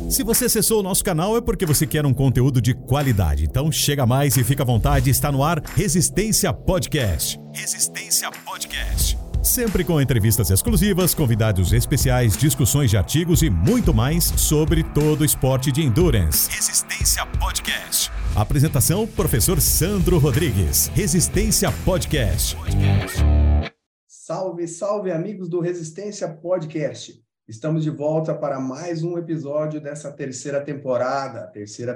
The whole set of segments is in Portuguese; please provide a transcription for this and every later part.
Se você acessou o nosso canal é porque você quer um conteúdo de qualidade. Então chega mais e fica à vontade, está no ar Resistência Podcast. Resistência Podcast. Sempre com entrevistas exclusivas, convidados especiais, discussões de artigos e muito mais sobre todo o esporte de endurance. Resistência Podcast. Apresentação, professor Sandro Rodrigues. Resistência Podcast. Salve, salve, amigos do Resistência Podcast. Estamos de volta para mais um episódio dessa terceira temporada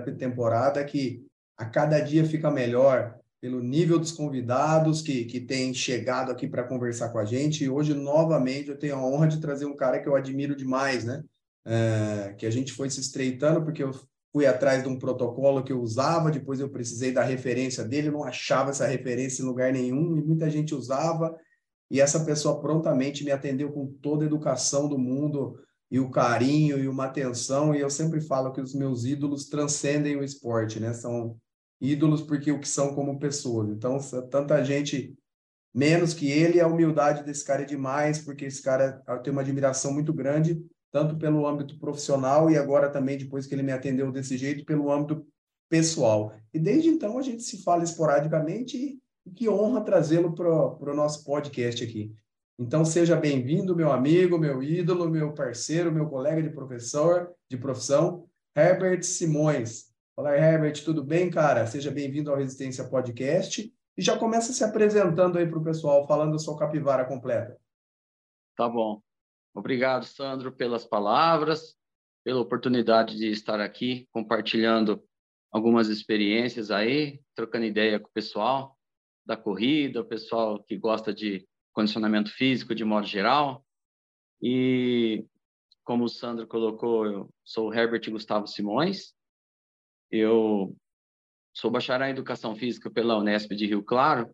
que a cada dia fica melhor pelo nível dos convidados que têm chegado aqui para conversar com a gente. E hoje, novamente, eu tenho a honra de trazer um cara que eu admiro demais, né? Que a gente foi se estreitando porque eu fui atrás de um protocolo que eu usava, depois eu precisei da referência dele, não achava essa referência em lugar nenhum e muita gente usava. E essa pessoa prontamente me atendeu com toda a educação do mundo e o carinho e uma atenção. E eu sempre falo que os meus ídolos transcendem o esporte, né? São ídolos porque o que são como pessoas. Então, tanta gente menos que ele, a humildade desse cara é demais, porque esse cara tem uma admiração muito grande, tanto pelo âmbito profissional e agora também, depois que ele me atendeu desse jeito, pelo âmbito pessoal. E desde então a gente se fala esporadicamente e que honra trazê-lo para o nosso podcast aqui. Então, seja bem-vindo, meu amigo, meu ídolo, meu parceiro, meu colega de profissão, Herbert Simões. Olá, Herbert, tudo bem, cara? Seja bem-vindo ao Resistência Podcast e já começa se apresentando aí para o pessoal, falando a sua capivara completa. Tá bom. Obrigado, Sandro, pelas palavras, pela oportunidade de estar aqui compartilhando algumas experiências aí, trocando ideia com o pessoal da corrida, o pessoal que gosta de condicionamento físico de modo geral. E como o Sandro colocou, eu sou o Herbert Gustavo Simões, eu sou bacharel em Educação Física pela Unesp de Rio Claro,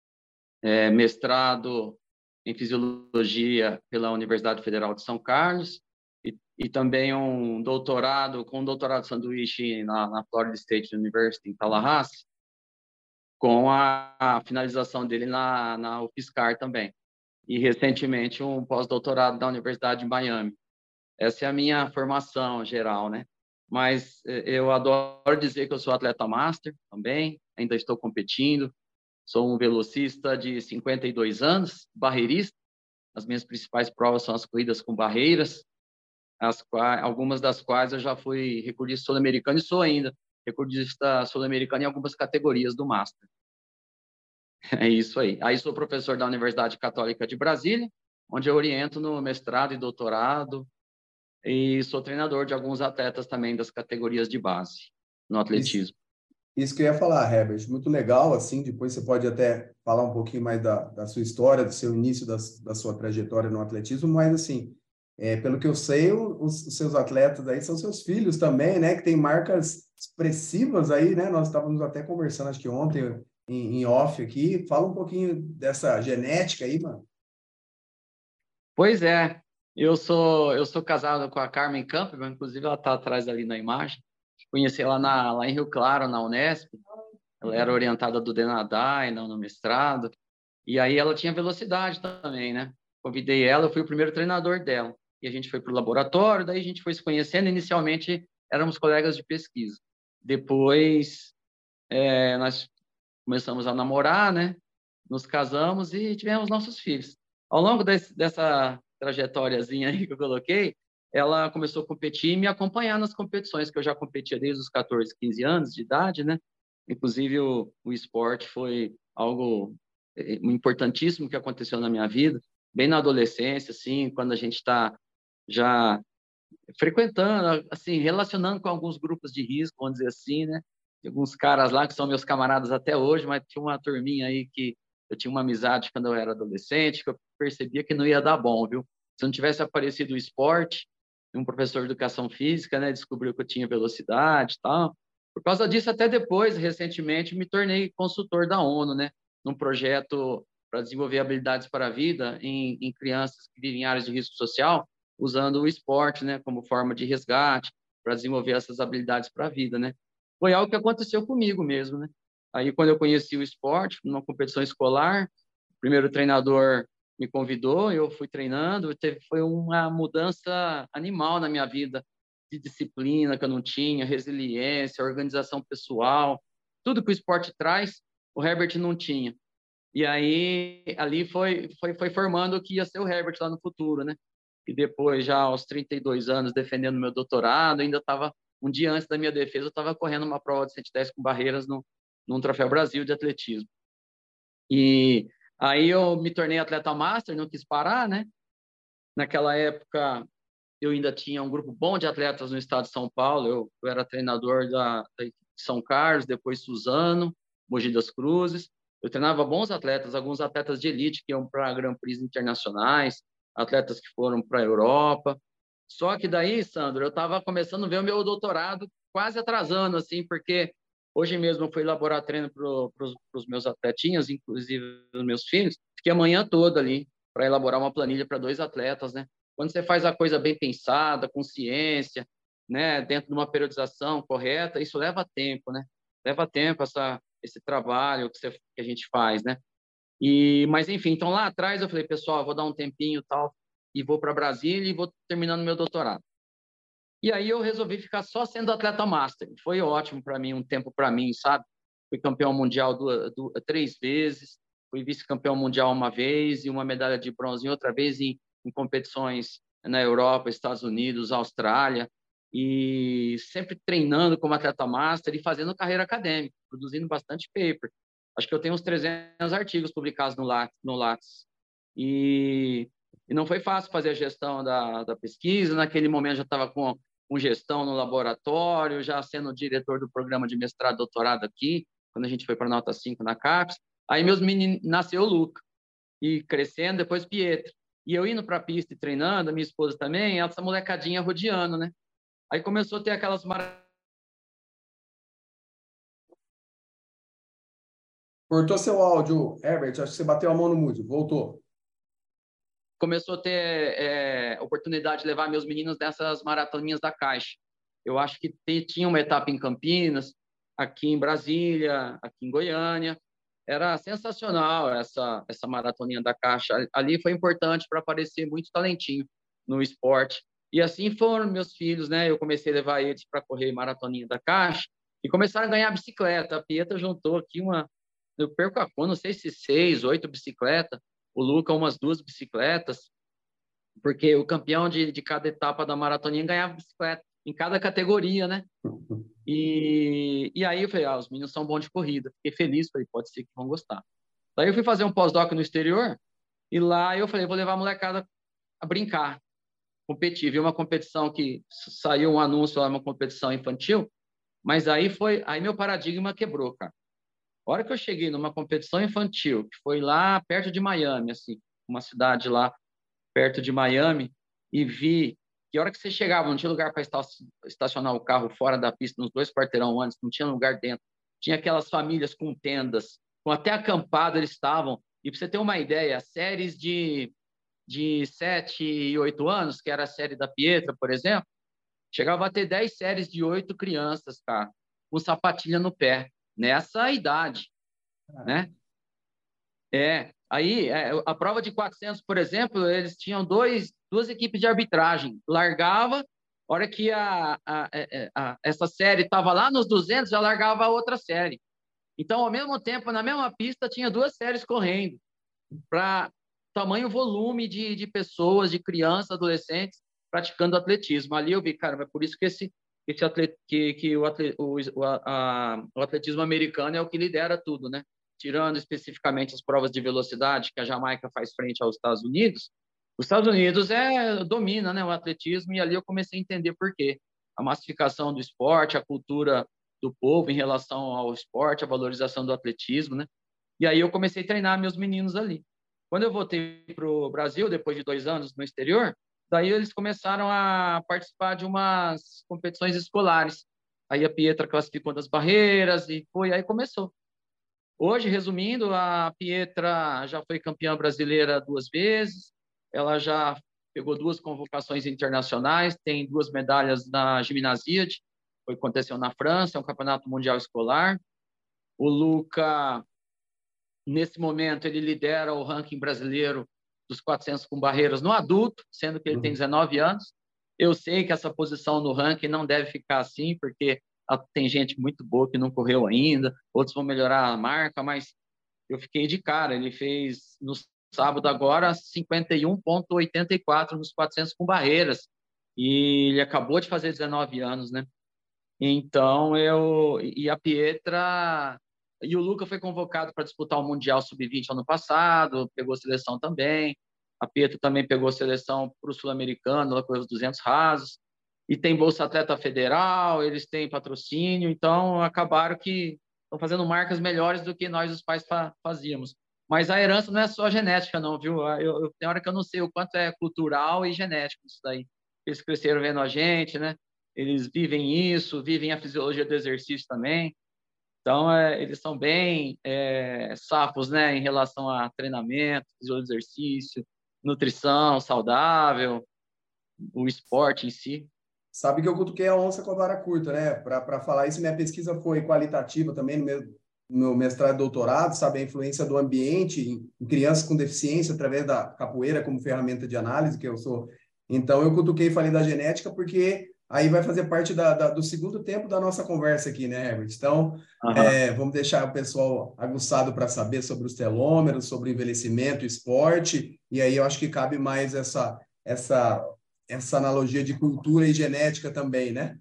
mestrado em Fisiologia pela Universidade Federal de São Carlos e também um doutorado sanduíche na Florida State University em Tallahassee, com a finalização dele na UFSCar também. E, recentemente, um pós-doutorado da Universidade de Miami. Essa é a minha formação geral, né? Mas eu adoro dizer que eu sou atleta master também, ainda estou competindo. Sou um velocista de 52 anos, barreirista. As minhas principais provas são as corridas com barreiras, algumas das quais eu já fui recordista sul-americano e sou ainda recordista sul-americano em algumas categorias do Master. É isso aí. Aí sou professor da Universidade Católica de Brasília, onde eu oriento no mestrado e doutorado, e sou treinador de alguns atletas também das categorias de base no atletismo. Isso que eu ia falar, Herbert, muito legal, assim, depois você pode até falar um pouquinho mais da sua história, do seu início, da sua trajetória no atletismo, mas, assim, pelo que eu sei, os seus atletas aí são seus filhos também, né, que tem marcas expressivas aí, né, nós estávamos até conversando, acho que ontem, em off aqui, fala um pouquinho dessa genética aí, mano. Pois é, eu sou casado com a Carmen Campbell, inclusive ela está atrás ali na imagem, conheci ela lá em Rio Claro, na Unesp. Ela era orientada do Denadai no mestrado, e aí ela tinha velocidade também, né? Convidei ela, eu fui o primeiro treinador dela, e a gente foi para o laboratório, daí a gente foi se conhecendo, inicialmente éramos colegas de pesquisa. Depois, nós começamos a namorar, né? Nos casamos e tivemos nossos filhos. Ao longo dessa trajetóriazinha aí que eu coloquei, ela começou a competir e me acompanhar nas competições, que eu já competia desde os 14, 15 anos de idade, né? Inclusive, o esporte foi algo importantíssimo que aconteceu na minha vida, bem na adolescência, assim, quando a gente está já frequentando, assim, relacionando com alguns grupos de risco, vamos dizer assim, né? Tem alguns caras lá que são meus camaradas até hoje, mas tinha uma turminha aí que eu tinha uma amizade quando eu era adolescente, que eu percebia que não ia dar bom, viu? Se não tivesse aparecido o esporte, um professor de educação física, né, descobriu que eu tinha velocidade e tal. Por causa disso, até depois, recentemente, me tornei consultor da ONU, né, num projeto para desenvolver habilidades para a vida em crianças que vivem em áreas de risco social, usando o esporte, né, como forma de resgate, para desenvolver essas habilidades para a vida, né. Foi algo que aconteceu comigo mesmo, né. Aí, quando eu conheci o esporte, numa competição escolar, o primeiro treinador me convidou, eu fui treinando, foi uma mudança animal na minha vida, de disciplina que eu não tinha, resiliência, organização pessoal, tudo que o esporte traz, o Herbert não tinha. E aí, ali foi formando o que ia ser o Herbert lá no futuro, né? E depois, já aos 32 anos, defendendo meu doutorado, ainda estava, um dia antes da minha defesa, eu estava correndo uma prova de 110 com barreiras num Troféu Brasil de atletismo. E aí eu me tornei atleta master, não quis parar, né? Naquela época, eu ainda tinha um grupo bom de atletas no estado de São Paulo. Eu era treinador da São Carlos, depois Suzano, Mogi das Cruzes. Eu treinava bons atletas, alguns atletas de elite que iam para Grand Prix internacionais, atletas que foram para a Europa. Só que daí, Sandro, eu estava começando a ver o meu doutorado quase atrasando, assim, porque hoje mesmo eu fui elaborar treino para os meus atletinhas, inclusive os meus filhos. Fiquei a manhã toda ali para elaborar uma planilha para 2 atletas, né? Quando você faz a coisa bem pensada, com ciência, né, dentro de uma periodização correta, isso leva tempo, né? Leva tempo esse trabalho que a gente faz, né? Mas enfim, então lá atrás eu falei, pessoal, vou dar um tempinho tal e vou para Brasília e vou terminando meu doutorado. E aí eu resolvi ficar só sendo atleta master. Foi ótimo para mim, um tempo para mim, sabe? Fui campeão mundial 3 vezes, fui vice-campeão mundial uma vez e uma medalha de bronze em outra vez em competições na Europa, Estados Unidos, Austrália, e sempre treinando como atleta master e fazendo carreira acadêmica, produzindo bastante paper. Acho que eu tenho uns 300 artigos publicados no Lattes. E não foi fácil fazer a gestão da pesquisa. Naquele momento já estava com gestão no laboratório, já sendo diretor do programa de mestrado e doutorado aqui, quando a gente foi para a nota 5 na CAPES. Aí meus meninos, nasceu o Luca, e crescendo, depois Pietro. E eu indo para a pista e treinando, a minha esposa também, essa molecadinha rodeando, né? Aí começou a ter aquelas Cortou seu áudio, Herbert, acho que você bateu a mão no mute. Voltou. Começou a ter oportunidade de levar meus meninos nessas maratoninhas da Caixa. Eu acho que tinha uma etapa em Campinas, aqui em Brasília, aqui em Goiânia. Era sensacional essa maratoninha da Caixa. Ali foi importante para aparecer muito talentinho no esporte. E assim foram meus filhos, né? Eu comecei a levar eles para correr maratoninha da Caixa e começaram a ganhar bicicleta. A Pietra juntou aqui eu perco a conta, não sei se 6, 8 bicicletas. O Luca umas 2 bicicletas, porque o campeão de cada etapa da maratoninha ganhava bicicleta em cada categoria, né? E aí eu falei, os meninos são bons de corrida. Fiquei feliz, falei, pode ser que vão gostar. Daí eu fui fazer um pós-doc no exterior e lá eu falei, vou levar a molecada a brincar, competir. Vi uma competição que saiu um anúncio lá, uma competição infantil, mas aí meu paradigma quebrou, cara. A hora que eu cheguei numa competição infantil, que foi lá perto de Miami, assim, uma cidade lá perto de Miami, e vi que a hora que você chegava, não tinha lugar para estacionar o carro fora da pista, nos 2 quarteirão antes, não tinha lugar dentro. Tinha aquelas famílias com tendas, com até acampado eles estavam. E para você ter uma ideia, séries de 7 e 8 anos, que era a série da Pietra, por exemplo, chegava a ter 10 séries de 8 crianças, cara, com sapatilha no pé, nessa idade, né? Aí a prova de 400, por exemplo, eles tinham 2 equipes de arbitragem. Largava, a hora que essa série estava lá nos 200, já largava a outra série. Então, ao mesmo tempo, na mesma pista, tinha 2 séries correndo, para tamanho volume de pessoas, de crianças, adolescentes, praticando atletismo. Ali eu vi, cara, é por isso que o atletismo americano é o que lidera tudo, né? Tirando especificamente as provas de velocidade que a Jamaica faz frente aos Estados Unidos, os Estados Unidos domina, né, o atletismo, e ali eu comecei a entender por quê. A massificação do esporte, a cultura do povo em relação ao esporte, a valorização do atletismo, né? E aí eu comecei a treinar meus meninos ali. Quando eu voltei para o Brasil, depois de 2 anos no exterior, daí eles começaram a participar de umas competições escolares. Aí a Pietra classificou das barreiras e aí começou. Hoje, resumindo, a Pietra já foi campeã brasileira 2 vezes, ela já pegou 2 convocações internacionais, tem 2 medalhas na Gimnasiade, aconteceu na França, é um campeonato mundial escolar. O Luca, nesse momento, ele lidera o ranking brasileiro dos 400 com barreiras no adulto, sendo que ele tem 19 anos. Eu sei que essa posição no ranking não deve ficar assim, porque tem gente muito boa que não correu ainda, outros vão melhorar a marca, mas eu fiquei de cara. Ele fez no sábado agora 51,84 nos 400 com barreiras, e ele acabou de fazer 19 anos, né? Então, e a Pietra e o Luca foi convocado para disputar o Mundial Sub-20 ano passado, pegou seleção também. A Pietra também pegou seleção para o Sul-Americano, ela correu os 200 rasos. E tem Bolsa Atleta Federal, eles têm patrocínio, então acabaram que estão fazendo marcas melhores do que nós, os pais, fazíamos. Mas a herança não é só genética, não, viu? Tem hora que eu não sei o quanto é cultural e genético isso daí. Eles cresceram vendo a gente, né? Eles vivem isso, vivem a fisiologia do exercício também. Então, eles são bem safos, né, em relação a treinamento, fisiologia do exercício, nutrição saudável, o esporte em si. Sabe que eu cutuquei a onça com a vara curta, né? Para falar isso, minha pesquisa foi qualitativa também no meu mestrado e doutorado, sabe? A influência do ambiente em crianças com deficiência através da capoeira como ferramenta de análise, que eu sou. Então, eu cutuquei e falei da genética porque aí vai fazer parte do segundo tempo da nossa conversa aqui, né, Herbert? Então, vamos deixar o pessoal aguçado para saber sobre os telômeros, sobre o envelhecimento, esporte, e aí eu acho que cabe mais essa analogia de cultura e genética também, né?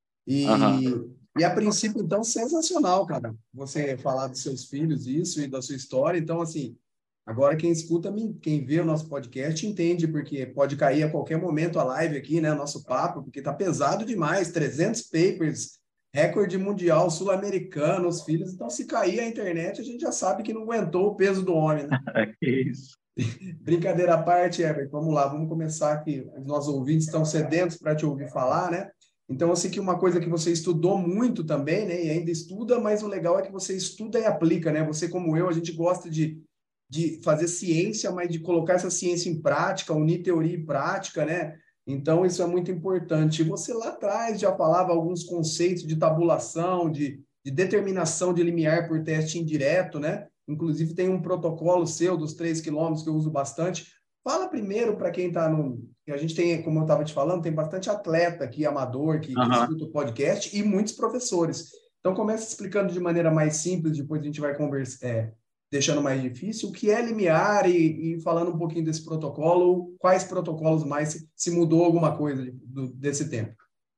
E a princípio, então, sensacional, cara, você falar dos seus filhos, isso, e da sua história. Então, assim, agora quem escuta, quem vê o nosso podcast, entende, porque pode cair a qualquer momento a live aqui, né? O nosso papo, porque tá pesado demais, 300 papers, recorde mundial, sul-americano, os filhos. Então, se cair a internet, a gente já sabe que não aguentou o peso do homem, né? Isso. Brincadeira à parte, Herbert, vamos lá, vamos começar aqui. Os nossos ouvintes estão sedentos para te ouvir falar, né? Então, eu sei que uma coisa que você estudou muito também, né? E ainda estuda, mas o legal é que você estuda e aplica, né? Você, como eu, a gente gosta de fazer ciência, mas de colocar essa ciência em prática, unir teoria e prática, né? Então, isso é muito importante. E você lá atrás já falava alguns conceitos de tabulação, de determinação de limiar por teste indireto, né? Inclusive, tem um protocolo seu dos 3 quilômetros que eu uso bastante. Fala primeiro para quem está no... A gente tem, como eu estava te falando, tem bastante atleta aqui, amador, que escuta o podcast e muitos professores. Então, começa explicando de maneira mais simples, depois a gente vai conversar, deixando mais difícil, o que é limiar e falando um pouquinho desse protocolo, quais protocolos mais, se mudou alguma coisa desse tempo.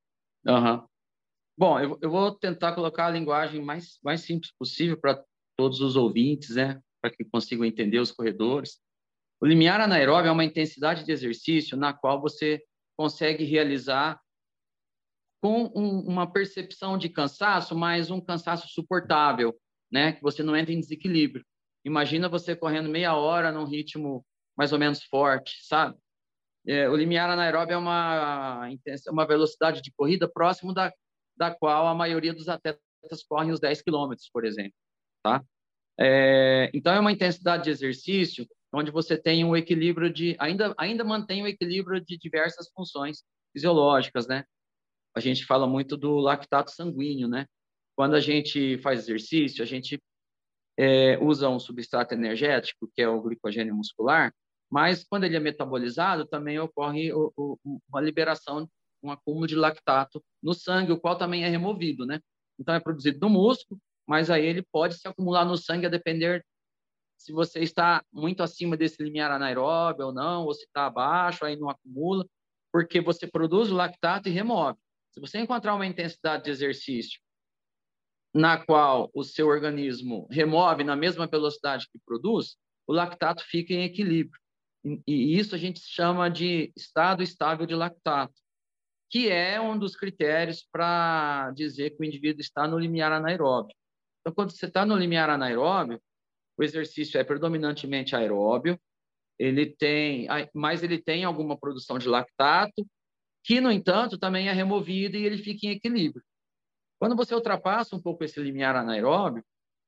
Bom, eu vou tentar colocar a linguagem mais simples possível para todos os ouvintes, né? Para que consigam entender os corredores. O limiar anaeróbio é uma intensidade de exercício na qual você consegue realizar com uma percepção de cansaço, mas um cansaço suportável, né? Que você não entra em desequilíbrio. Imagina você correndo meia hora num ritmo mais ou menos forte, sabe? O limiar anaeróbio é uma velocidade de corrida próximo da qual a maioria dos atletas correm os 10 quilômetros, por exemplo, tá? Então, é uma intensidade de exercício onde você tem um equilíbrio ainda mantém o equilíbrio de diversas funções fisiológicas, né? A gente fala muito do lactato sanguíneo, né? Quando a gente faz exercício, a gente usa um substrato energético, que é o glicogênio muscular, mas quando ele é metabolizado, também ocorre uma liberação, um acúmulo de lactato no sangue, o qual também é removido, né? Então, é produzido no músculo, mas aí ele pode se acumular no sangue a depender se você está muito acima desse limiar anaeróbio ou não, ou se está abaixo, aí não acumula, porque você produz o lactato e remove. Se você encontrar uma intensidade de exercício na qual o seu organismo remove na mesma velocidade que produz, o lactato fica em equilíbrio. E isso a gente chama de estado estável de lactato, que é um dos critérios para dizer que o indivíduo está no limiar anaeróbio. Então, quando você está no limiar anaeróbio, o exercício é predominantemente aeróbio, mas ele tem alguma produção de lactato, que, no entanto, também é removido e ele fica em equilíbrio. Quando você ultrapassa um pouco esse limiar anaeróbio,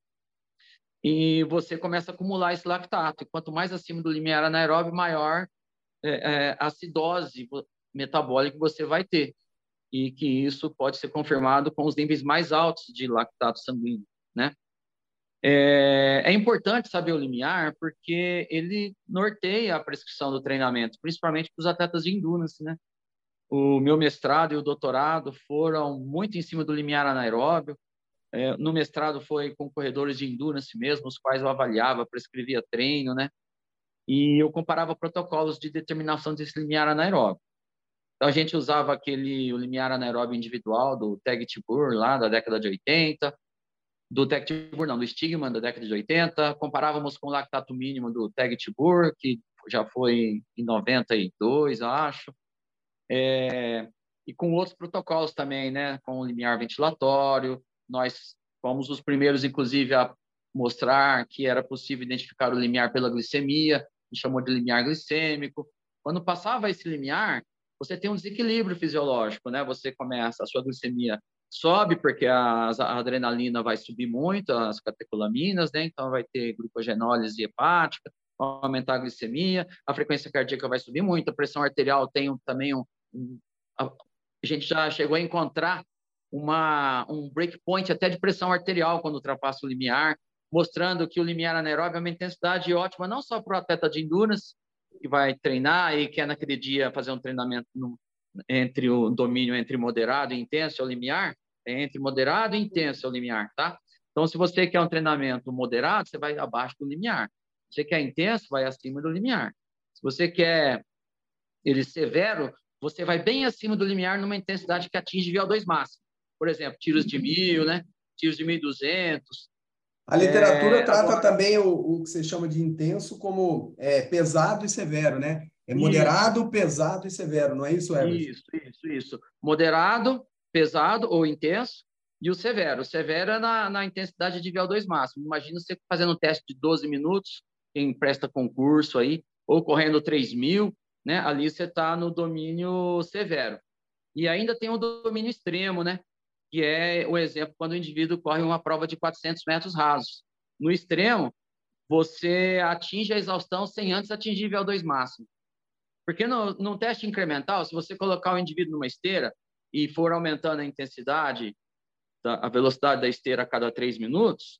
e você começa a acumular esse lactato. E quanto mais acima do limiar anaeróbio, maior a acidose metabólica que você vai ter. E que isso pode ser confirmado com os níveis mais altos de lactato sanguíneo, né? É importante saber o limiar porque ele norteia a prescrição do treinamento, principalmente para os atletas de endurance, né? O meu mestrado e o doutorado foram muito em cima do limiar anaeróbio. No mestrado foi com corredores de endurance mesmo, os quais eu avaliava, prescrevia treino, né? E eu comparava protocolos de determinação desse limiar anaeróbio. Então, a gente usava o limiar anaeróbio individual do Teg Tibur, lá da década de 80, do Teg Tibur, não, do Stigman, da década de 80, comparávamos com o lactato mínimo do Teg Tibur, que já foi em 92, acho, e com outros protocolos também, né, com o limiar ventilatório. Nós fomos os primeiros, inclusive, a mostrar que era possível identificar o limiar pela glicemia, a gente chamou de limiar glicêmico. Quando passava esse limiar, você tem um desequilíbrio fisiológico, né? Você começa, a sua glicemia sobe porque a adrenalina vai subir muito, as catecolaminas, né? Então vai ter glucogenólise hepática, vai aumentar a glicemia, a frequência cardíaca vai subir muito, a pressão arterial tem também a gente já chegou a encontrar um breakpoint até de pressão arterial quando ultrapassa o limiar, mostrando que o limiar anaeróbio é uma intensidade ótima não só para o atleta de endurance, que vai treinar e quer naquele dia fazer um treinamento entre o domínio entre moderado e intenso, é o limiar, entre moderado e intenso é o limiar, tá? Então, se você quer um treinamento moderado, você vai abaixo do limiar. Se você quer intenso, vai acima do limiar. Se você quer ele severo, você vai bem acima do limiar numa intensidade que atinge VO2 máximo. Por exemplo, tiros de 1.000, né? Tiros de 1.200. A literatura trata também o que você chama de intenso como pesado e severo, né? É moderado, isso. Pesado e severo, não é isso, Everton? Isso. Moderado, pesado ou intenso e o severo. O severo é na intensidade de VO2 máximo. Imagina você fazendo um teste de 12 minutos, quem presta concurso aí, ou correndo 3.000, né? Ali você está no domínio severo. E ainda tem o domínio extremo, né? Que é o exemplo quando o indivíduo corre uma prova de 400 metros rasos. No extremo, você atinge a exaustão sem antes atingir VO2 máximo. Porque no teste incremental, se você colocar o indivíduo numa esteira e for aumentando a intensidade, a velocidade da esteira a cada 3 minutos,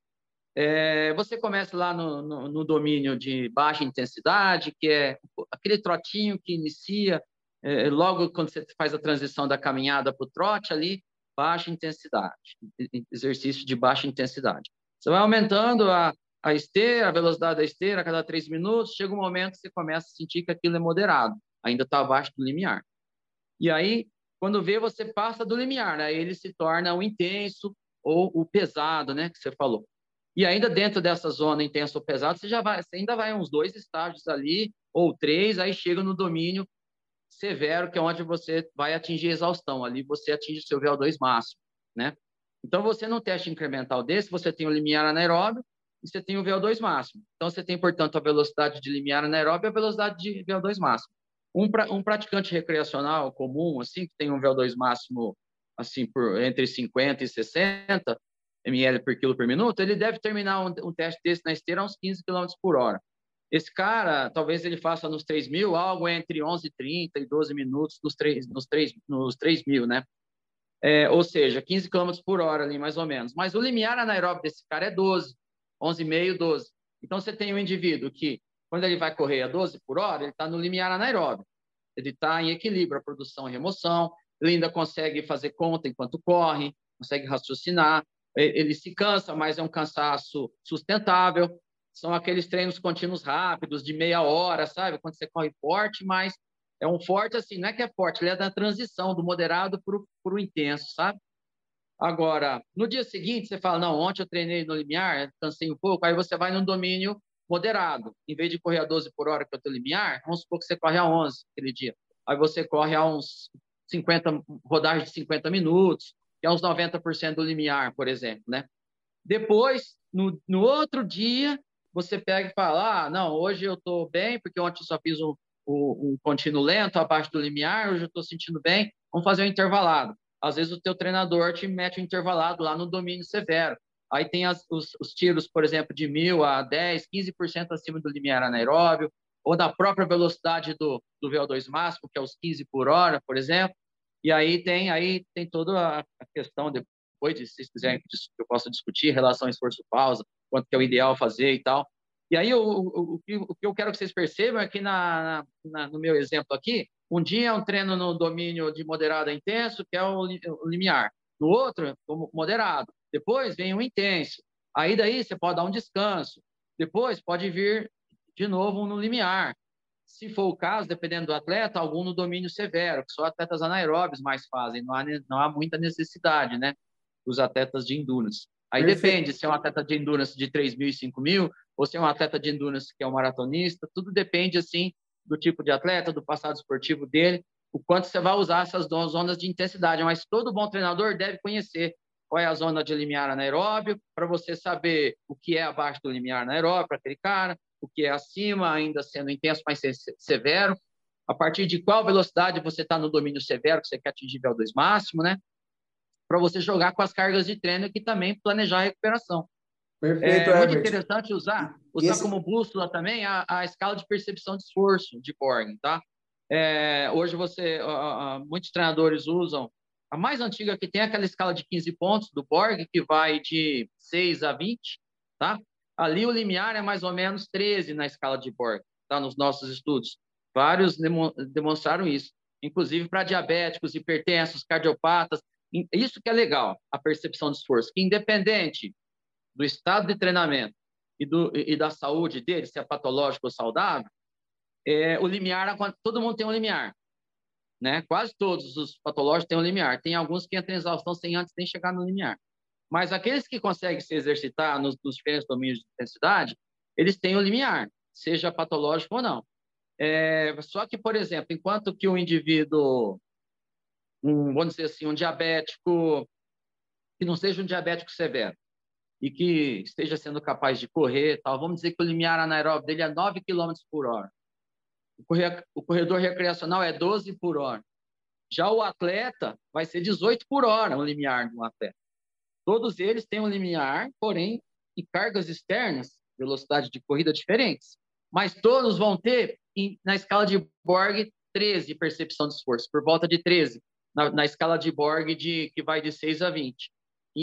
você começa lá no domínio de baixa intensidade, que é aquele trotinho que inicia logo quando você faz a transição da caminhada para o trote ali, baixa intensidade, exercício de baixa intensidade. Você vai aumentando a esteira, a velocidade da esteira a cada 3 minutos, chega um momento que você começa a sentir que aquilo é moderado, ainda está abaixo do limiar. E aí, quando vê, você passa do limiar, né? Aí ele se torna o intenso ou o pesado, né, que você falou. E ainda dentro dessa zona intenso ou pesado, você ainda vai uns 2 estágios ali, ou 3, aí chega no domínio severo, que é onde você vai atingir exaustão. Ali você atinge o seu VO2 máximo, né? Então, você no teste incremental desse, você tem o limiar anaeróbio e você tem o VO2 máximo. Então, você tem, portanto, a velocidade de limiar anaeróbio e a velocidade de VO2 máximo. Um praticante recreacional comum, assim, que tem um VO2 máximo assim, entre 50 e 60 ml por quilo por minuto, ele deve terminar um teste desse na esteira a uns 15 km por hora. Esse cara, talvez ele faça nos 3.000 algo entre 11h30 e 12 minutos nos 3.000, né? Ou seja, 15 km por hora ali, mais ou menos. Mas o limiar anaeróbio desse cara é 12, 11,5, 12. Então, você tem um indivíduo que, quando ele vai correr a 12 por hora, ele está no limiar anaeróbio. Ele está em equilíbrio, a produção e remoção. Ele ainda consegue fazer conta enquanto corre, consegue raciocinar. Ele se cansa, mas é um cansaço sustentável. São aqueles treinos contínuos rápidos, de meia hora, sabe? Quando você corre forte, mas é um forte assim, não é que é forte, ele é da transição, do moderado para o intenso, sabe? Agora, no dia seguinte, você fala, não, ontem eu treinei no limiar, cansei um pouco, aí você vai no domínio moderado. Em vez de correr a 12 por hora, que é o teu limiar, vamos supor que você corre a 11 aquele dia. Aí você corre a uns 50, rodagem de 50 minutos, que é uns 90% do limiar, por exemplo, né? Depois, no outro dia, você pega e fala, não, hoje eu estou bem, porque ontem eu só fiz um contínuo lento, abaixo do limiar, hoje eu estou sentindo bem, vamos fazer um intervalado. Às vezes o teu treinador te mete um intervalado lá no domínio severo. Aí tem os tiros, por exemplo, de 1.000 a 10, 15% acima do limiar anaeróbio, ou da própria velocidade do VO2 máximo, que é os 15 por hora, por exemplo. E aí tem toda a questão, depois, se vocês quiserem que eu possa discutir, relação esforço-pausa, quanto que é o ideal fazer e tal. E aí o que eu quero que vocês percebam é que no meu exemplo aqui, Um dia é um treino no domínio de moderado a intenso, que é o limiar. No outro, moderado. Depois vem o intenso. Aí daí você pode dar um descanso. Depois pode vir de novo no limiar. Se for o caso, dependendo do atleta, algum no domínio severo, que só atletas anaeróbios mais fazem. Não há muita necessidade, né? Os atletas de endurance. Aí depende se é um atleta de endurance de 3.000 e 5.000, ou se é um atleta de endurance que é um maratonista. Tudo depende, assim, do tipo de atleta, do passado esportivo dele, o quanto você vai usar essas zonas de intensidade. Mas todo bom treinador deve conhecer qual é a zona de limiar anaeróbio, para você saber o que é abaixo do limiar anaeróbio para aquele cara, o que é acima, ainda sendo intenso, mas severo, a partir de qual velocidade você está no domínio severo, que você quer atingir VO2 máximo, né? Para você jogar com as cargas de treino e também planejar a recuperação. Perfeito, É muito interessante usar esse... como bússola também a escala de percepção de esforço de Borg, tá? Hoje muitos treinadores usam a mais antiga que tem aquela escala de 15 pontos do Borg, que vai de 6 a 20, tá? Ali o limiar é mais ou menos 13 na escala de Borg, tá? Nos nossos estudos. Vários demonstraram isso, inclusive para diabéticos, hipertensos, cardiopatas. Isso que é legal, a percepção de esforço, que independente do estado de treinamento e da saúde dele, se é patológico ou saudável, o limiar, todo mundo tem um limiar, né? Quase todos os patológicos têm um limiar. Tem alguns que entram em exaustão sem antes nem chegar no limiar. Mas aqueles que conseguem se exercitar nos diferentes domínios de intensidade, eles têm um limiar, seja patológico ou não. Só que, por exemplo, enquanto que o indivíduo, vamos dizer assim, um diabético, que não seja um diabético severo, e que esteja sendo capaz de correr, tal, vamos dizer que o limiar anaeróbio dele é 9 km por hora. O corredor recreacional é 12 por hora. Já o atleta vai ser 18 por hora, o limiar de um atleta. Todos eles têm um limiar, porém, em cargas externas, velocidade de corrida diferentes. Mas todos vão ter, na escala de Borg, 13 percepção de esforço, por volta de 13, na escala de Borg que vai de 6 a 20.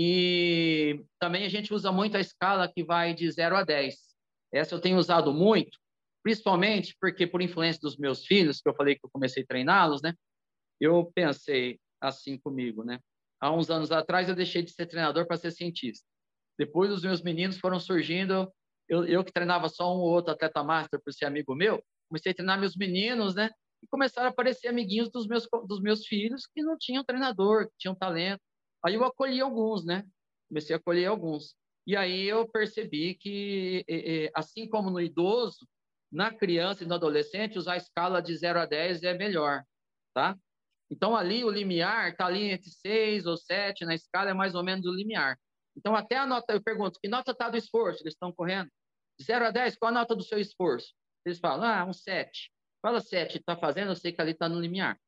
E também a gente usa muito a escala que vai de 0 a 10. Essa eu tenho usado muito, principalmente porque, por influência dos meus filhos, que eu falei que eu comecei a treiná-los, né? Eu pensei assim comigo, né? Há uns anos atrás eu deixei de ser treinador para ser cientista. Depois os meus meninos foram surgindo, eu que treinava só um ou outro atleta master por ser amigo meu, comecei a treinar meus meninos, né? E começaram a aparecer amiguinhos dos meus filhos que não tinham treinador, que tinham talento. Aí eu acolhi alguns, né? Comecei a acolher alguns. E aí eu percebi que, assim como no idoso, na criança e no adolescente, usar a escala de 0 a 10 é melhor, tá? Então, ali o limiar está ali entre 6 ou 7, na escala é mais ou menos o limiar. Então, até a nota, eu pergunto, que nota está do esforço? Eles estão correndo? De 0 a 10, qual a nota do seu esforço? Eles falam, um 7. Fala 7, está fazendo, eu sei que ali está no limiar.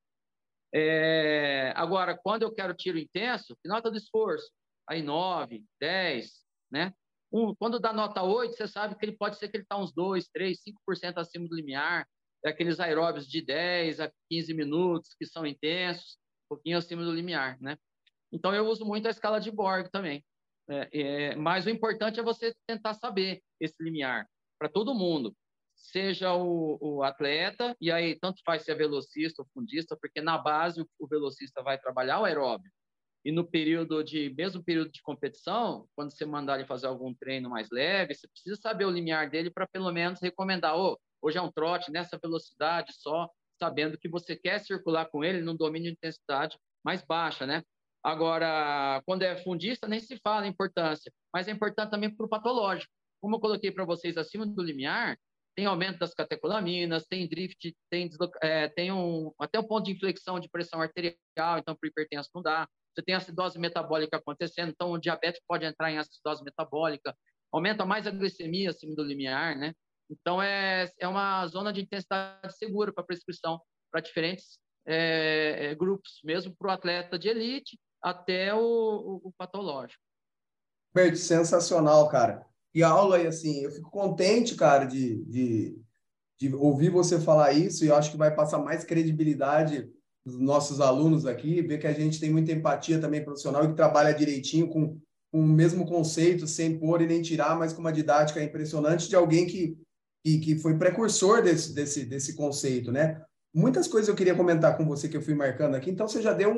Agora, quando eu quero tiro intenso, que nota do esforço? Aí 9, 10, né? Quando dá nota 8, você sabe que ele pode ser que ele está uns 2, 3, 5% acima do limiar. Aqueles aeróbios de 10 a 15 minutos, que são intensos, um pouquinho acima do limiar, né? Então, eu uso muito a escala de Borg também. Mas o importante é você tentar saber esse limiar para todo mundo. Seja o atleta, e aí tanto faz se é velocista ou fundista, porque na base o velocista vai trabalhar o aeróbio. E no mesmo período de competição, quando você mandar ele fazer algum treino mais leve, você precisa saber o limiar dele para pelo menos recomendar, hoje é um trote nessa velocidade só, sabendo que você quer circular com ele num domínio de intensidade mais baixa, né? Agora, quando é fundista, nem se fala a importância, mas é importante também para o patológico. Como eu coloquei para vocês, acima do limiar, tem aumento das catecolaminas, tem drift, tem até um ponto de inflexão de pressão arterial, então para o hipertenso não dá. Você tem acidose metabólica acontecendo, então o diabético pode entrar em acidose metabólica, aumenta mais a glicemia acima do limiar, né? Então, é uma zona de intensidade segura para prescrição para diferentes grupos, mesmo para o atleta de elite até o patológico. Bert, sensacional, cara. E a aula, assim, eu fico contente, cara, de ouvir você falar isso, e eu acho que vai passar mais credibilidade dos nossos alunos aqui, ver que a gente tem muita empatia também profissional e que trabalha direitinho com o mesmo conceito, sem pôr e nem tirar, mas com uma didática impressionante de alguém que foi precursor desse conceito, né? muitas coisas eu queria comentar com você que eu fui marcando aqui, então você já deu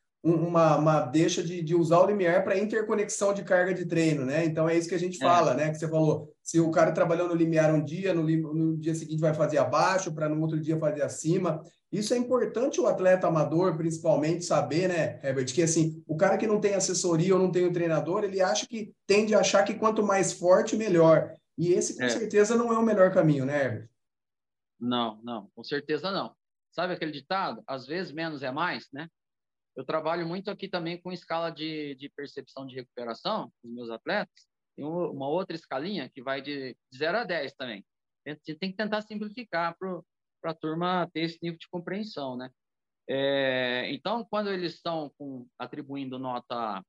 uma deixa de usar o limiar para interconexão de carga de treino, né? Então é isso que a gente fala, né? Que você falou, se o cara trabalhou no limiar um dia, no dia seguinte vai fazer abaixo, para no outro dia fazer acima. Isso é importante o atleta amador, principalmente, saber, né, Herbert, que assim, o cara que não tem assessoria ou não tem um treinador, ele tende a achar que quanto mais forte, melhor. E esse, com certeza, não é o melhor caminho, né, Herbert? Não, não, com certeza não. Sabe aquele ditado? Às vezes menos é mais, né? Eu trabalho muito aqui também com escala de percepção de recuperação dos meus atletas. Tem uma outra escalinha que vai de 0 a 10 também. A gente tem que tentar simplificar para a turma ter esse nível de compreensão, né? Então, quando eles estão atribuindo nota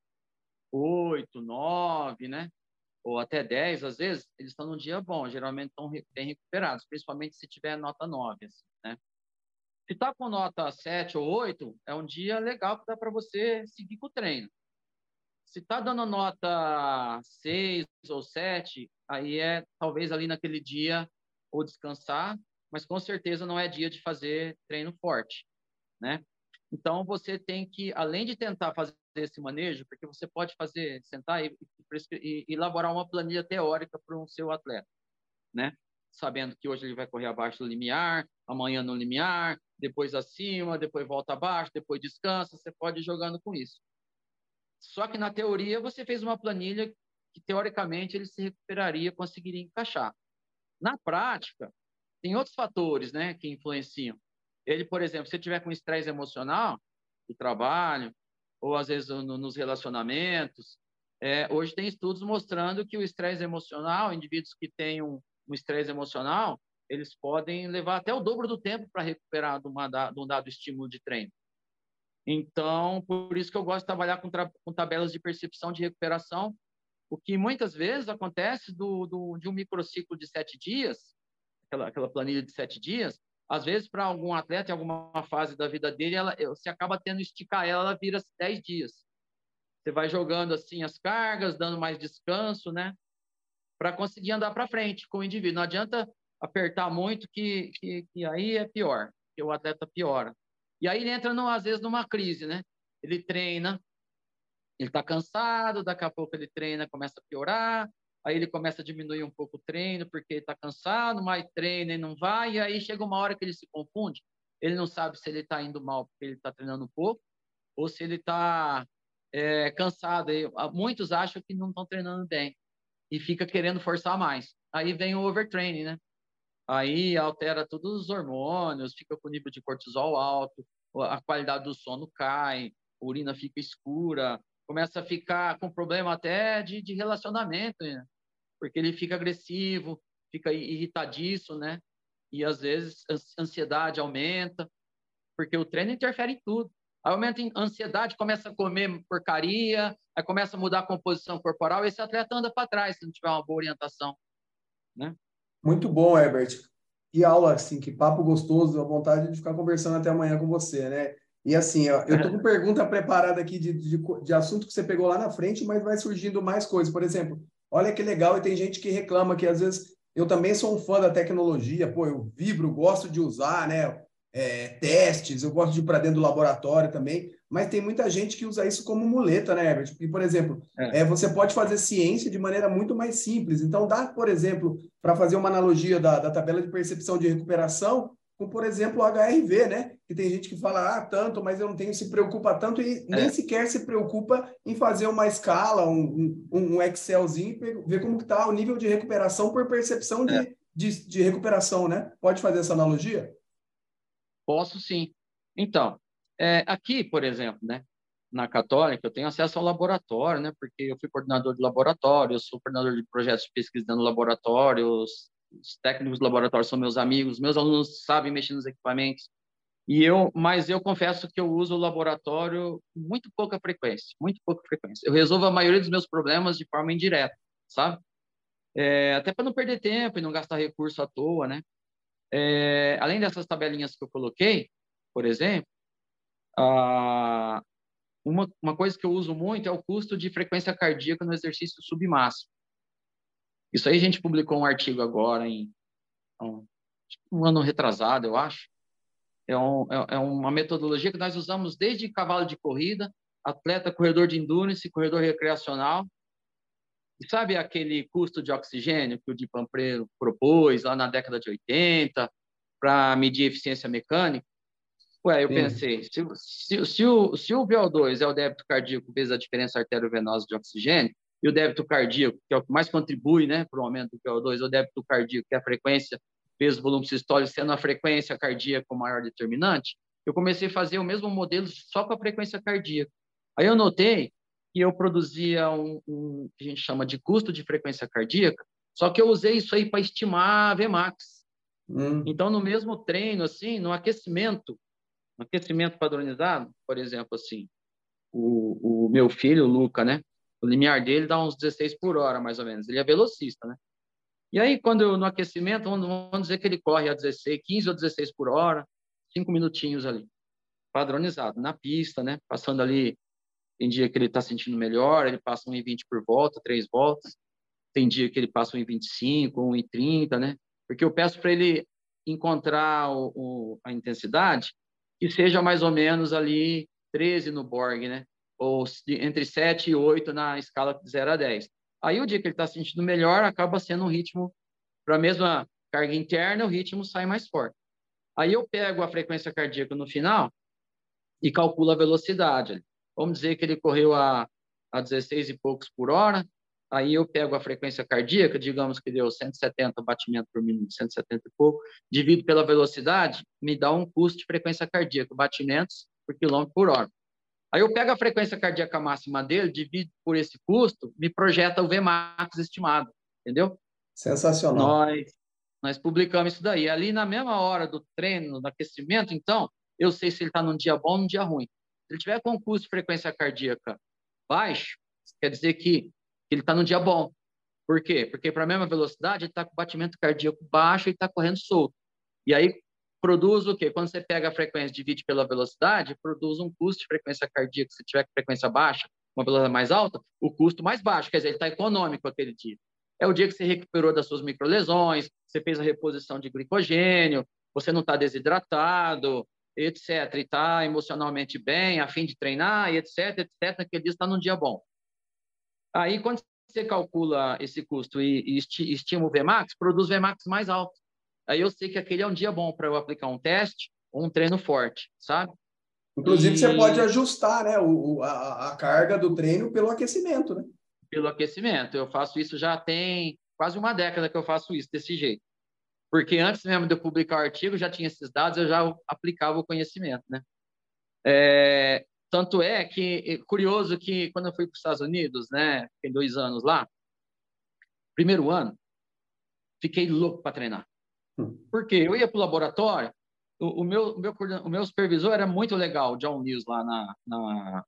8, 9, né? Ou até 10, às vezes, eles estão num dia bom. Geralmente estão bem recuperados, principalmente se tiver nota 9, assim, né? Se está com nota 7 ou 8, é um dia legal que dá para você seguir com o treino. Se está dando nota 6 ou 7, aí talvez ali naquele dia ou descansar, mas com certeza não é dia de fazer treino forte, né? Então, você tem que, além de tentar fazer esse manejo, porque você pode sentar e elaborar uma planilha teórica para o seu atleta, né? Sabendo que hoje ele vai correr abaixo do limiar, amanhã no limiar, depois acima, depois volta abaixo, depois descansa, você pode ir jogando com isso. Só que na teoria você fez uma planilha que teoricamente ele se recuperaria, conseguiria encaixar. Na prática, tem outros fatores, né, que influenciam. Ele, por exemplo, se tiver com estresse emocional do trabalho, ou às vezes nos relacionamentos, hoje tem estudos mostrando que o estresse emocional, indivíduos que têm um estresse emocional, eles podem levar até o dobro do tempo para recuperar de um dado estímulo de treino. Então, por isso que eu gosto de trabalhar com tabelas de percepção de recuperação, o que muitas vezes acontece de um microciclo de 7 dias, aquela planilha de 7 dias, às vezes para algum atleta, em alguma fase da vida dele, você acaba tendo que esticar ela vira 10 dias. Você vai jogando assim as cargas, dando mais descanso, né? Para conseguir andar para frente com o indivíduo. Não adianta apertar muito, que aí é pior, que o atleta piora. E aí ele entra, às vezes, numa crise, né? Ele treina, ele está cansado, daqui a pouco ele treina, começa a piorar, aí ele começa a diminuir um pouco o treino, porque ele está cansado, mas treina e não vai, e aí chega uma hora que ele se confunde, ele não sabe se ele está indo mal porque ele está treinando pouco, ou se ele está cansado. Muitos acham que não estão treinando bem, e fica querendo forçar mais. Aí vem o overtraining, né? Aí altera todos os hormônios, fica com o nível de cortisol alto, a qualidade do sono cai, a urina fica escura, começa a ficar com problema até de relacionamento, né? Porque ele fica agressivo, fica irritadiço, né? E às vezes a ansiedade aumenta, porque o treino interfere em tudo. Aí aumenta a ansiedade, começa a comer porcaria, aí começa a mudar a composição corporal, e esse atleta anda para trás se não tiver uma boa orientação, né? Muito bom, Herbert. Que aula, assim, que papo gostoso, a vontade de ficar conversando até amanhã com você, né? E assim, ó, eu tô com pergunta preparada aqui de assunto que você pegou lá na frente, mas vai surgindo mais coisas. Por exemplo, olha que legal, e tem gente que reclama que às vezes eu também sou um fã da tecnologia, pô, eu vibro, gosto de usar, né? Testes, eu gosto de ir para dentro do laboratório também, mas tem muita gente que usa isso como muleta, né, Herbert? Porque, por exemplo, você pode fazer ciência de maneira muito mais simples. Então, dá, por exemplo, para fazer uma analogia da tabela de percepção de recuperação, com, por exemplo, o HRV, né? Que tem gente que fala, tanto, mas eu não tenho, se preocupa tanto e nem sequer se preocupa em fazer uma escala, um Excelzinho e ver como está o nível de recuperação por percepção de recuperação, né? Pode fazer essa analogia? Posso sim. Então, aqui, por exemplo, né, na Católica, eu tenho acesso ao laboratório, né, porque eu fui coordenador de laboratório, eu sou coordenador de projetos de pesquisa dentro do laboratório, os técnicos do laboratório são meus amigos, meus alunos sabem mexer nos equipamentos, mas eu confesso que eu uso o laboratório com muito pouca frequência, muito pouca frequência. Eu resolvo a maioria dos meus problemas de forma indireta, sabe? Até para não perder tempo e não gastar recurso à toa, né? Além dessas tabelinhas que eu coloquei, por exemplo, uma coisa que eu uso muito é o custo de frequência cardíaca no exercício submáximo. Isso aí a gente publicou um artigo agora um ano retrasado, eu acho, É uma metodologia que nós usamos desde cavalo de corrida, atleta, corredor de endurance, corredor recreacional. E sabe aquele custo de oxigênio que o Di Pamprelo propôs lá na década de 80 para medir eficiência mecânica? Ué, eu pensei, se o VO2 é o débito cardíaco vezes a diferença arteriovenosa de oxigênio, e o débito cardíaco, que é o que mais contribui, né, para o aumento do VO2, é o débito cardíaco, que é a frequência vezes o volume sistólico, sendo a frequência cardíaca o maior determinante, eu comecei a fazer o mesmo modelo só com a frequência cardíaca. Aí eu notei que eu produzia um que a gente chama de custo de frequência cardíaca, só que eu usei isso aí para estimar a Vmax. Então, no mesmo treino, assim, no aquecimento padronizado, por exemplo, assim, o meu filho, o Luca, né? O limiar dele dá uns 16 por hora, mais ou menos. Ele é velocista, né? E aí, no aquecimento, vamos dizer que ele corre a 16, 15 ou 16 por hora, 5 minutinhos ali, padronizado, na pista, né? Passando ali, tem dia que ele está sentindo melhor, ele passa 1,20 por volta, 3 voltas. Tem dia que ele passa 1,25, 1,30, né? Porque eu peço para ele encontrar a intensidade que seja mais ou menos ali 13 no Borg, né? Ou entre 7 e 8 na escala de 0 a 10. Aí o dia que ele está sentindo melhor, acaba sendo um ritmo, para a mesma carga interna, o ritmo sai mais forte. Aí eu pego a frequência cardíaca no final e calculo a velocidade. Vamos dizer que ele correu a 16 e poucos por hora, aí eu pego a frequência cardíaca, digamos que deu 170 batimentos por minuto, 170 e pouco, divido pela velocidade, me dá um custo de frequência cardíaca, batimentos por quilômetro por hora. Aí eu pego a frequência cardíaca máxima dele, divido por esse custo, me projeta o Vmax estimado, entendeu? Sensacional. Nós publicamos isso daí. Ali na mesma hora do treino, do aquecimento, então, eu sei se ele está num dia bom ou num dia ruim. Se ele tiver com custo de frequência cardíaca baixo, quer dizer que ele está num dia bom. Por quê? Porque para a mesma velocidade, ele está com batimento cardíaco baixo e está correndo solto. E aí produz o quê? Quando você pega a frequência e divide pela velocidade, produz um custo de frequência cardíaca. Se tiver com frequência baixa, uma velocidade mais alta, o custo mais baixo, quer dizer, ele está econômico aquele dia. É o dia que você recuperou das suas microlesões, você fez a reposição de glicogênio, você não está desidratado, etc. E está emocionalmente bem, a fim de treinar, e etc, etc. Naquele dia está num dia bom. Aí, quando você calcula esse custo e estima o Vmax, produz Vmax mais alto. Aí eu sei que aquele é um dia bom para eu aplicar um teste ou um treino forte, sabe? Inclusive, você pode ajustar, né, a carga do treino pelo aquecimento, né? Pelo aquecimento. Eu faço isso já tem quase uma década que eu faço isso desse jeito. Porque antes mesmo de eu publicar o artigo, já tinha esses dados, eu já aplicava o conhecimento, né? Tanto é que, curioso que quando eu fui para os Estados Unidos, né, fiquei 2 anos lá, primeiro ano, fiquei louco para treinar. Por quê? Eu ia para o laboratório, o meu supervisor era muito legal, o John News, lá na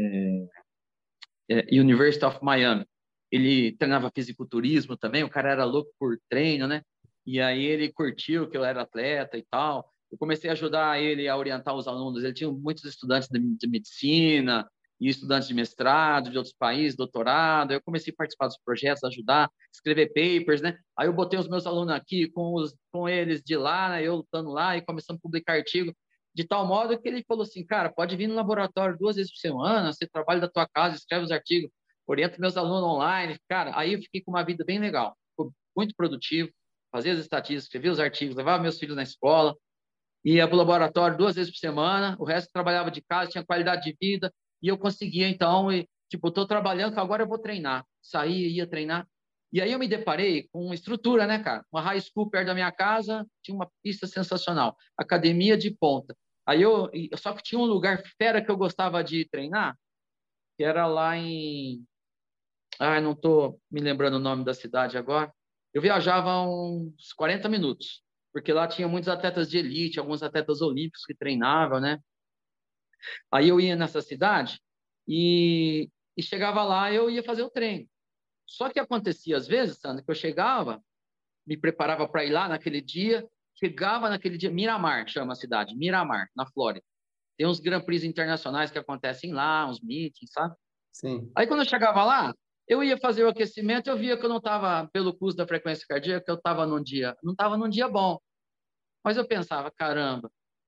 University of Miami. Ele treinava fisiculturismo também, o cara era louco por treino, né? E aí ele curtiu que eu era atleta e tal. Eu comecei a ajudar ele a orientar os alunos. Ele tinha muitos estudantes de medicina e estudantes de mestrado de outros países, doutorado. Eu comecei a participar dos projetos, ajudar, escrever papers, né? Aí eu botei os meus alunos aqui com eles de lá, né? Eu estando lá e começando a publicar artigo, de tal modo que ele falou assim, cara, pode vir no laboratório 2 vezes por semana, você trabalha da tua casa, escreve os artigos, orienta meus alunos online. Cara, aí eu fiquei com uma vida bem legal, muito produtivo, fazia as estatísticas, escrevia os artigos, levava meus filhos na escola, ia para o laboratório 2 vezes por semana, o resto trabalhava de casa, tinha qualidade de vida, e eu conseguia, então, estou trabalhando, agora eu vou treinar. Saía, ia treinar. E aí eu me deparei com uma estrutura, né, cara? Uma high school perto da minha casa, tinha uma pista sensacional, academia de ponta. Aí só que tinha um lugar fera que eu gostava de treinar, que era lá em... não estou me lembrando o nome da cidade agora. Eu viajava uns 40 minutos, porque lá tinha muitos atletas de elite, alguns atletas olímpicos que treinavam, né? Aí eu ia nessa cidade e chegava lá, eu ia fazer o treino. Só que acontecia às vezes, Sandra, que eu chegava, me preparava para ir lá naquele dia, chegava naquele dia, Miramar, chama a cidade, Miramar, na Flórida. Tem uns Grand Prix internacionais que acontecem lá, uns meetings, sabe? Sim. Aí quando eu chegava lá, eu ia fazer o aquecimento, eu via que eu não estava, pelo custo da frequência cardíaca, eu estava não estava num dia bom. Mas eu pensava, caramba,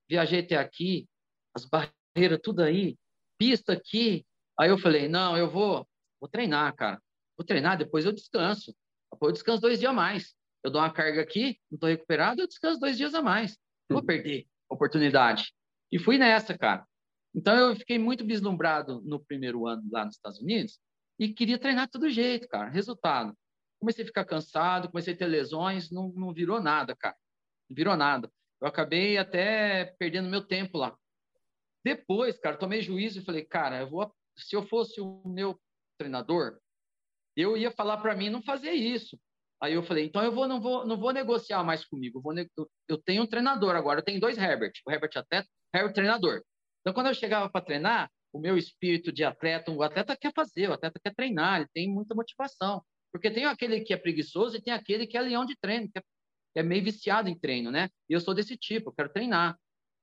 viajei até aqui, as barreiras tudo aí, pista aqui. Aí eu falei, não, eu vou treinar, cara. Vou treinar, depois eu descanso. Depois eu descanso 2 dias a mais. Eu dou uma carga aqui, não estou recuperado, eu descanso 2 dias a mais. Vou perder a oportunidade. E fui nessa, cara. Então eu fiquei muito vislumbrado no primeiro ano lá nos Estados Unidos e queria treinar de todo jeito, cara. Resultado. Comecei a ficar cansado, comecei a ter lesões, não virou nada, cara. Não virou nada. Eu acabei até perdendo meu tempo lá. Depois, cara, tomei juízo e falei, cara, se eu fosse o meu treinador, eu ia falar para mim não fazer isso. Aí eu falei, então eu não vou negociar mais comigo. Eu tenho um treinador agora, eu tenho 2 Herbert, o Herbert atleta, o Herbert treinador. Então quando eu chegava para treinar, o meu espírito de atleta, o atleta quer fazer, o atleta quer treinar, ele tem muita motivação. Porque tem aquele que é preguiçoso e tem aquele que é leão de treino, que é meio viciado em treino, né? E eu sou desse tipo, eu quero treinar.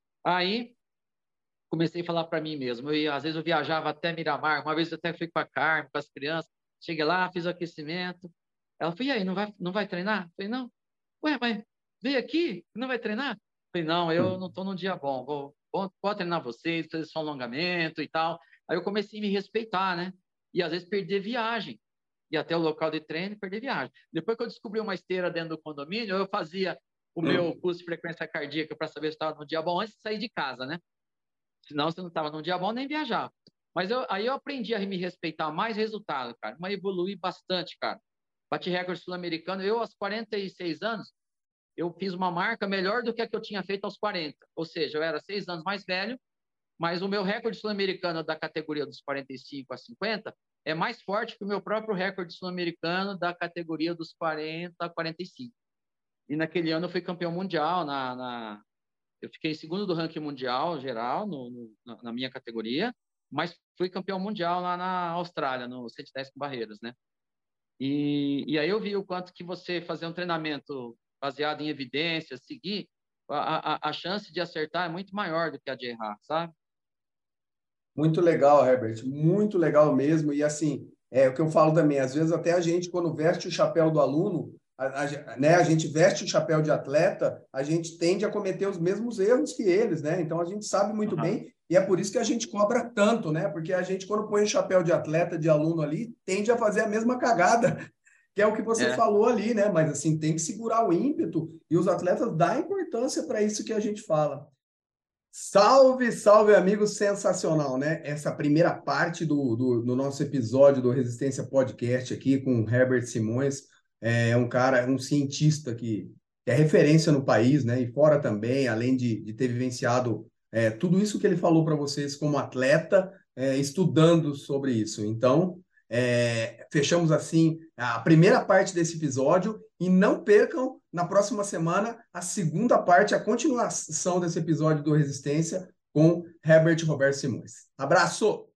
Aí comecei a falar para mim mesmo. Às vezes eu viajava até Miramar, uma vez eu até fui com a Carmen, com as crianças. Cheguei lá, fiz o aquecimento. Ela falou, e aí, não vai treinar? Eu falei, não. Ué, mas veio aqui, não vai treinar? Eu falei, não, eu não estou num dia bom. Vou treinar vocês, fazer só alongamento e tal. Aí eu comecei a me respeitar, né? E às vezes perder viagem. Ir até o local de treino e perder viagem. Depois que eu descobri uma esteira dentro do condomínio, eu fazia o meu curso de frequência cardíaca para saber se estava no dia bom antes de sair de casa, né? Senão você não estava num dia bom nem viajar. Mas aí eu aprendi a me respeitar mais resultado, cara. Mas evolui bastante, cara. Bati recorde sul-americano. Eu, aos 46 anos, eu fiz uma marca melhor do que a que eu tinha feito aos 40. Ou seja, eu era 6 anos mais velho, mas o meu recorde sul-americano da categoria dos 45 a 50 é mais forte que o meu próprio recorde sul-americano da categoria dos 40 a 45. E naquele ano eu fui campeão mundial eu fiquei em segundo do ranking mundial geral na minha categoria, mas fui campeão mundial lá na Austrália, no 110 com barreiras, né? E aí eu vi o quanto que você fazer um treinamento baseado em evidências, seguir, a chance de acertar é muito maior do que a de errar, sabe? Muito legal, Herbert, muito legal mesmo. E assim, é o que eu falo também, às vezes até a gente, quando veste o chapéu do aluno, né, a gente veste o chapéu de atleta, a gente tende a cometer os mesmos erros que eles, né? Então a gente sabe muito bem, e é por isso que a gente cobra tanto, né? Porque a gente, quando põe o chapéu de atleta, de aluno ali, tende a fazer a mesma cagada, que é o que você falou ali, né? Mas assim, tem que segurar o ímpeto, e os atletas dão importância para isso que a gente fala. Salve, salve, amigo, sensacional, né? Essa primeira parte do nosso episódio do Resistência Podcast aqui com o Herbert Simões, é um cara, um cientista que é referência no país, né? E fora também, além de ter vivenciado tudo isso que ele falou para vocês como atleta, estudando sobre isso. Então, fechamos assim a primeira parte desse episódio e não percam na próxima semana a segunda parte, a continuação desse episódio do Resistência com Herbert Roberto Simões. Abraço!